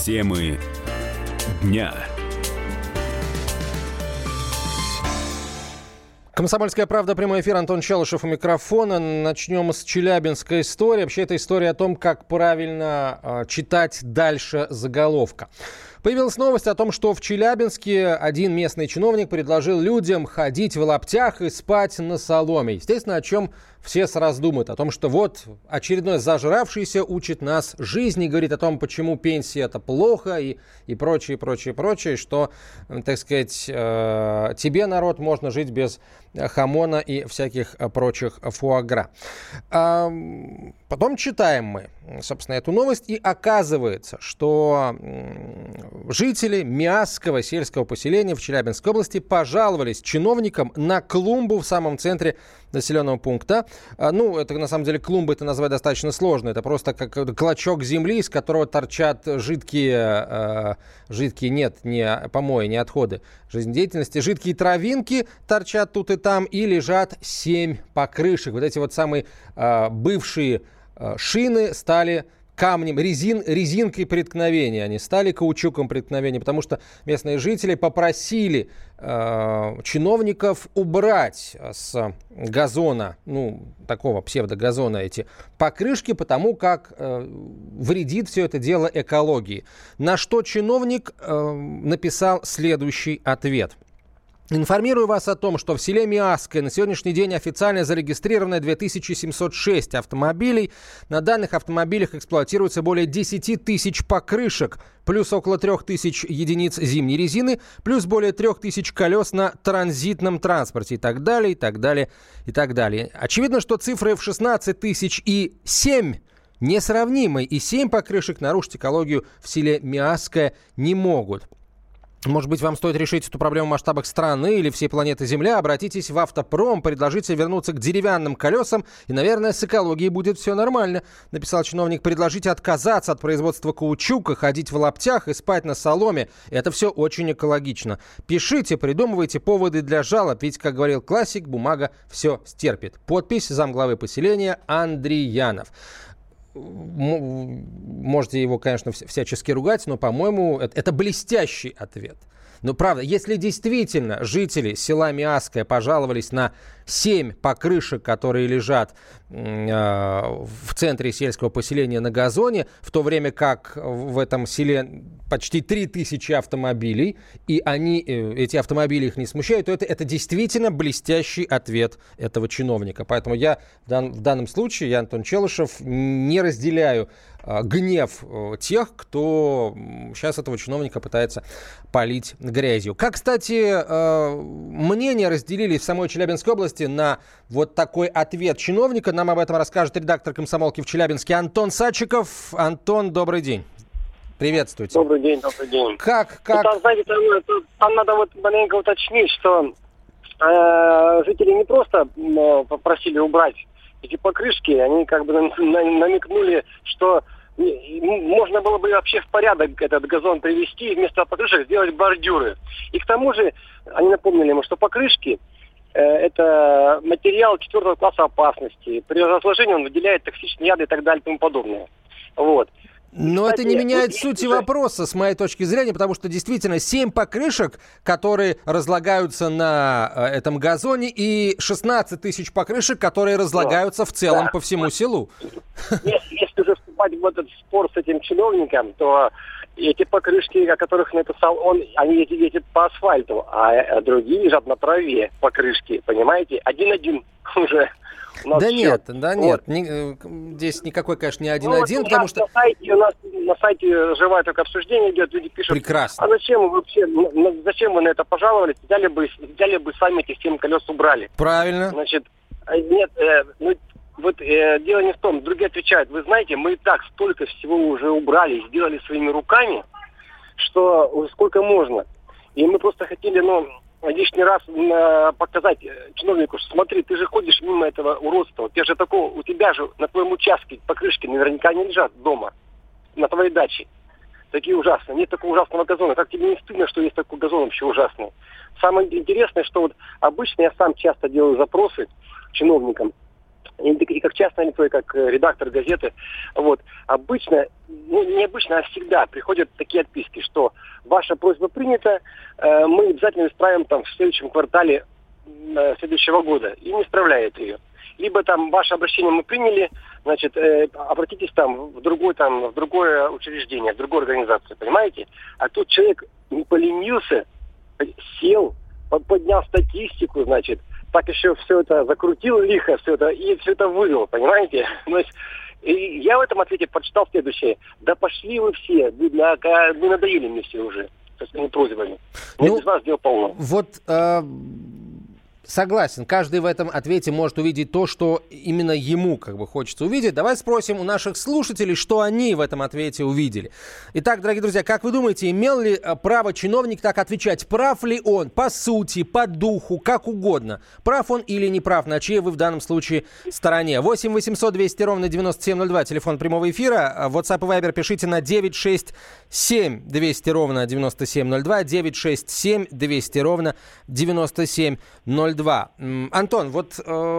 Темы дня. «Комсомольская правда», прямой эфир, Антон Челышев у микрофона. Начнем с челябинской истории. Вообще, это история о том, как правильно читать дальше заголовка. Появилась новость о том, что в Челябинске один местный чиновник предложил людям ходить в лаптях и спать на соломе. Естественно, о чем все сразу думают. О том, что вот очередной зажравшийся учит нас жизни, говорит о том, почему пенсия это плохо и прочее, что, так сказать, тебе, народ, можно жить без хамона и всяких прочих фуагра. Потом читаем мы, собственно, эту новость, и оказывается, что жители Миасского сельского поселения в Челябинской области пожаловались чиновникам на клумбу в самом центре населенного пункта. Ну, это на самом деле клумбы это назвать достаточно сложно. Это просто как клочок земли, из которого торчат жидкие нет, не помои, не отходы жизнедеятельности. Жидкие травинки торчат тут и там, и лежат 7 покрышек. Вот эти вот самые бывшие шины стали камнем, резинкой преткновения. Они стали каучуком преткновения, потому что местные жители попросили чиновников убрать с газона, такого псевдогазона, эти покрышки, потому как вредит все это дело экологии. На что чиновник написал следующий ответ. Информирую вас о том, что в селе Миасское на сегодняшний день официально зарегистрировано 2706 автомобилей. На данных автомобилях эксплуатируется более 10 тысяч покрышек, плюс около 3000 единиц зимней резины, плюс более 3000 колес на транзитном транспорте и так далее, и так далее, и так далее. Очевидно, что цифры в 16 тысяч и 7 несравнимы, и 7 покрышек нарушить экологию в селе Миасское не могут. Может быть, вам стоит решить эту проблему в масштабах страны или всей планеты Земля. Обратитесь в автопром, предложите вернуться к деревянным колесам, и, наверное, с экологией будет все нормально. Написал чиновник. Предложите отказаться от производства каучука, ходить в лаптях и спать на соломе. Это все очень экологично. Пишите, придумывайте поводы для жалоб, ведь, как говорил классик, бумага все стерпит. Подпись замглавы поселения Андриянов. Можете его, конечно, всячески ругать, но, по-моему, это блестящий ответ. Но, правда, если действительно жители села Миасское пожаловались на 7 покрышек, которые лежат в центре сельского поселения на газоне, в то время как в этом селе почти 3000 автомобилей, и эти автомобили их не смущают, то это действительно блестящий ответ этого чиновника. Поэтому я в данном случае, я, Антон Челышев, не разделяю гнев тех, кто сейчас этого чиновника пытается полить грязью. Как, кстати, мнения разделились в самой Челябинской области на вот такой ответ чиновника. Нам об этом расскажет редактор «Комсомолки» в Челябинске Антон Садчиков. Антон, добрый день. Приветствуйте. Добрый день. Как? Там, знаете, там надо маленько уточнить, что жители не просто попросили убрать эти покрышки, они как бы намекнули, что можно было бы вообще в порядок этот газон привести и вместо покрышек сделать бордюры. И к тому же они напомнили ему, что покрышки это материал 4 класса опасности. При разложении он выделяет токсичные яды и так далее и тому подобное. Вот. Но это не меняет сути вопроса, с моей точки зрения, потому что действительно 7 покрышек, которые разлагаются на этом газоне, и 16 тысяч покрышек, которые разлагаются в целом по всему селу. Если уже вступать в этот спор с этим чиновником, то эти покрышки, о которых написал он, они ездят по асфальту, а другие лежат на траве покрышки, понимаете? Один-один уже. Да нет, здесь никакой, конечно, не один-один, потому что... На сайте живое только обсуждение идет, люди пишут, прекрасно. А зачем вы на это пожаловались, взяли бы сами эти 7 колес убрали. Правильно. Значит, нет, дело не в том, другие отвечают, вы знаете, мы и так столько всего уже убрали, сделали своими руками, что сколько можно. И мы просто хотели, лишний раз показать чиновнику, что смотри, ты же ходишь мимо этого уродства. У тебя же на твоем участке покрышки наверняка не лежат дома, на твоей даче. Такие ужасные. Нет такого ужасного газона. Как тебе не стыдно, что есть такой газон вообще ужасный? Самое интересное, что вот обычно я сам часто делаю запросы чиновникам. и как частное лицо, и как редактор газеты. Вот. Обычно, необычно, а всегда приходят такие отписки, что ваша просьба принята, мы обязательно исправим там в следующем квартале следующего года. И не исправляет ее. Либо там ваше обращение мы приняли, значит, обратитесь там в другое учреждение, в другую организацию, понимаете? А тут человек не поленился, сел, поднял статистику, значит, так еще все это закрутил лихо, все это вывел, понимаете? То есть, и я в этом ответе прочитал следующее. Да пошли вы все, вы надоели мне все уже со своими просьбами. Я без вас дел полно. Вот... Согласен, каждый в этом ответе может увидеть то, что именно ему хочется увидеть. Давай спросим у наших слушателей, что они в этом ответе увидели. Итак, дорогие друзья, как вы думаете, имел ли право чиновник так отвечать? Прав ли он по сути, по духу, как угодно? Прав он или не прав? На чьей вы в данном случае стороне? 8 800 200 ровно 9702, телефон прямого эфира. WhatsApp и Viber пишите на 967 200 ровно 9702, 967 200 ровно 9702. Антон, вот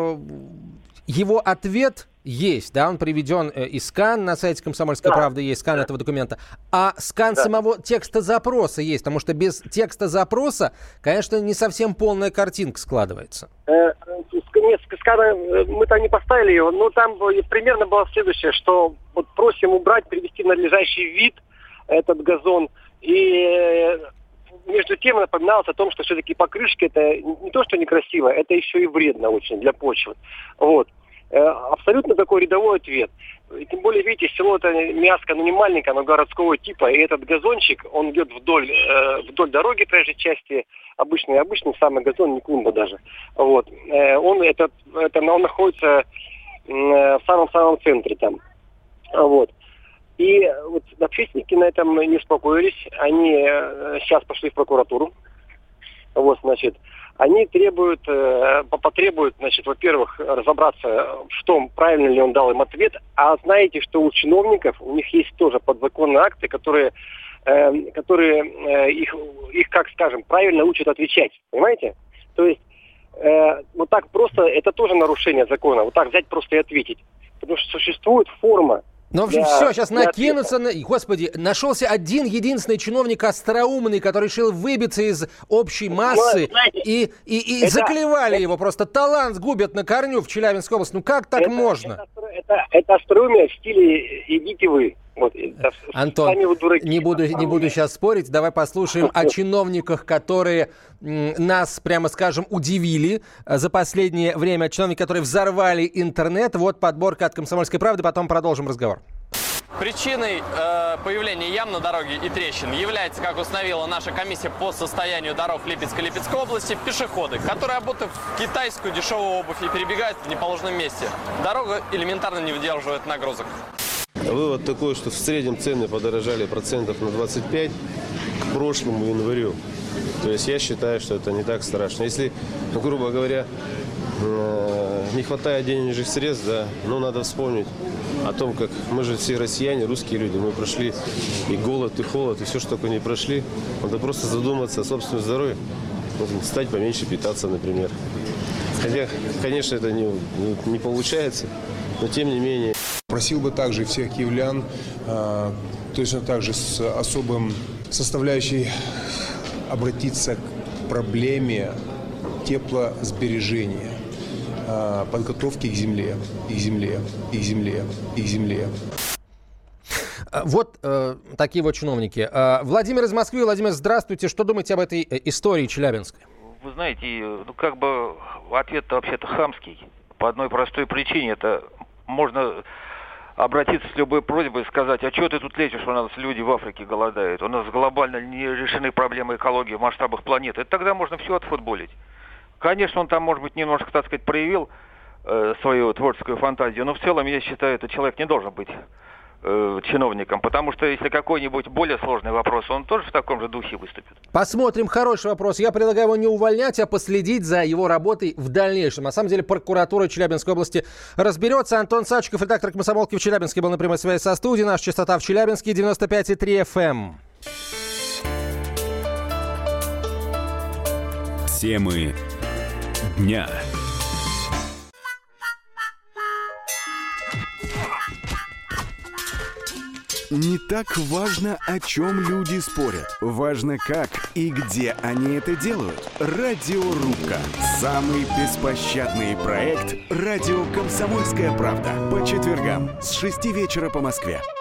его ответ есть, да, он приведен и скан на сайте «Комсомольской правды» есть, скан этого документа, а скан самого текста запроса есть, потому что без текста запроса, конечно, не совсем полная картинка складывается. Нет, скана мы там не поставили его, но там примерно было следующее, что вот просим убрать, привести в надлежащий вид этот газон, и... Между тем напоминалось о том, что все-таки покрышки это не то, что некрасиво, это еще и вредно очень для почвы. Вот. Абсолютно такой рядовой ответ. Тем более, видите, село-то Миаска, не маленькое, но городского типа. И этот газончик, он идет вдоль дороги проезжей части. Обычный самый газон, не клумба даже. Вот. Он находится в самом-самом центре там. Вот. И вот общественники на этом не успокоились. Они сейчас пошли в прокуратуру. Вот, значит, они потребуют, значит, во-первых, разобраться в том, правильно ли он дал им ответ. А знаете, что у чиновников, у них есть тоже подзаконные акты, которые их, как скажем, правильно учат отвечать. Понимаете? То есть вот так просто, это тоже нарушение закона. Вот так взять просто и ответить. Потому что существует форма. Ну, в общем, все, сейчас накинутся на... Господи, нашелся один единственный чиновник остроумный, который решил выбиться из общей массы, и заклевали его просто. Талант губят на корню в Челябинской области. Ну, как так можно? Это остроумие в стиле «идите вы». Вот, Антон, не буду сейчас спорить. Давай послушаем о чиновниках, которые нас, прямо скажем, удивили за последнее время. Чиновники, которые взорвали интернет. Вот подборка от «Комсомольской правды», потом продолжим разговор. Причиной появления ям на дороге и трещин является, как установила наша комиссия по состоянию дорог Липецкой области, пешеходы, которые, обутыв китайскую дешевую обувь и перебегают в неположенном месте. Дорога элементарно не выдерживает нагрузок. Вывод такой, что в среднем цены подорожали процентов на 25 к прошлому январю. То есть я считаю, что это не так страшно. Если, грубо говоря, не хватает денежных средств, да, ну надо вспомнить о том, как мы же все россияне, русские люди, мы прошли и голод, и холод, и все, что только не прошли. Надо просто задуматься о собственном здоровье, стать поменьше питаться, например. Хотя, конечно, это не получается, но тем не менее. Просил бы также всех киевлян, точно так же с особым составляющей, обратиться к проблеме теплосбережения, подготовки к земле, и земле. Вот такие вот чиновники. Владимир из Москвы. Владимир, здравствуйте. Что думаете об этой истории челябинской? Вы знаете, ответ-то вообще-то хамский. По одной простой причине. Это можно обратиться с любой просьбой и сказать: а что ты тут лезешь, у нас люди в Африке голодают, у нас глобально не решены проблемы экологии в масштабах планеты. Это тогда можно все отфутболить. Конечно, он там, может быть, немножко, так сказать, проявил свою творческую фантазию, но в целом, я считаю, этот человек не должен быть чиновником, потому что если какой-нибудь более сложный вопрос, он тоже в таком же духе выступит. Посмотрим, хороший вопрос. Я предлагаю его не увольнять, а последить за его работой в дальнейшем. На самом деле, прокуратура Челябинской области разберется. Антон Сачков, редактор «Комсомолки» в Челябинске, был на прямой связи со студией. Наша частота в Челябинске 95,3 FM. Темы дня. Не так важно, о чем люди спорят. Важно, как и где они это делают. Радиорубка. Самый беспощадный проект «Радио Комсомольская правда». По четвергам с 6 вечера по Москве.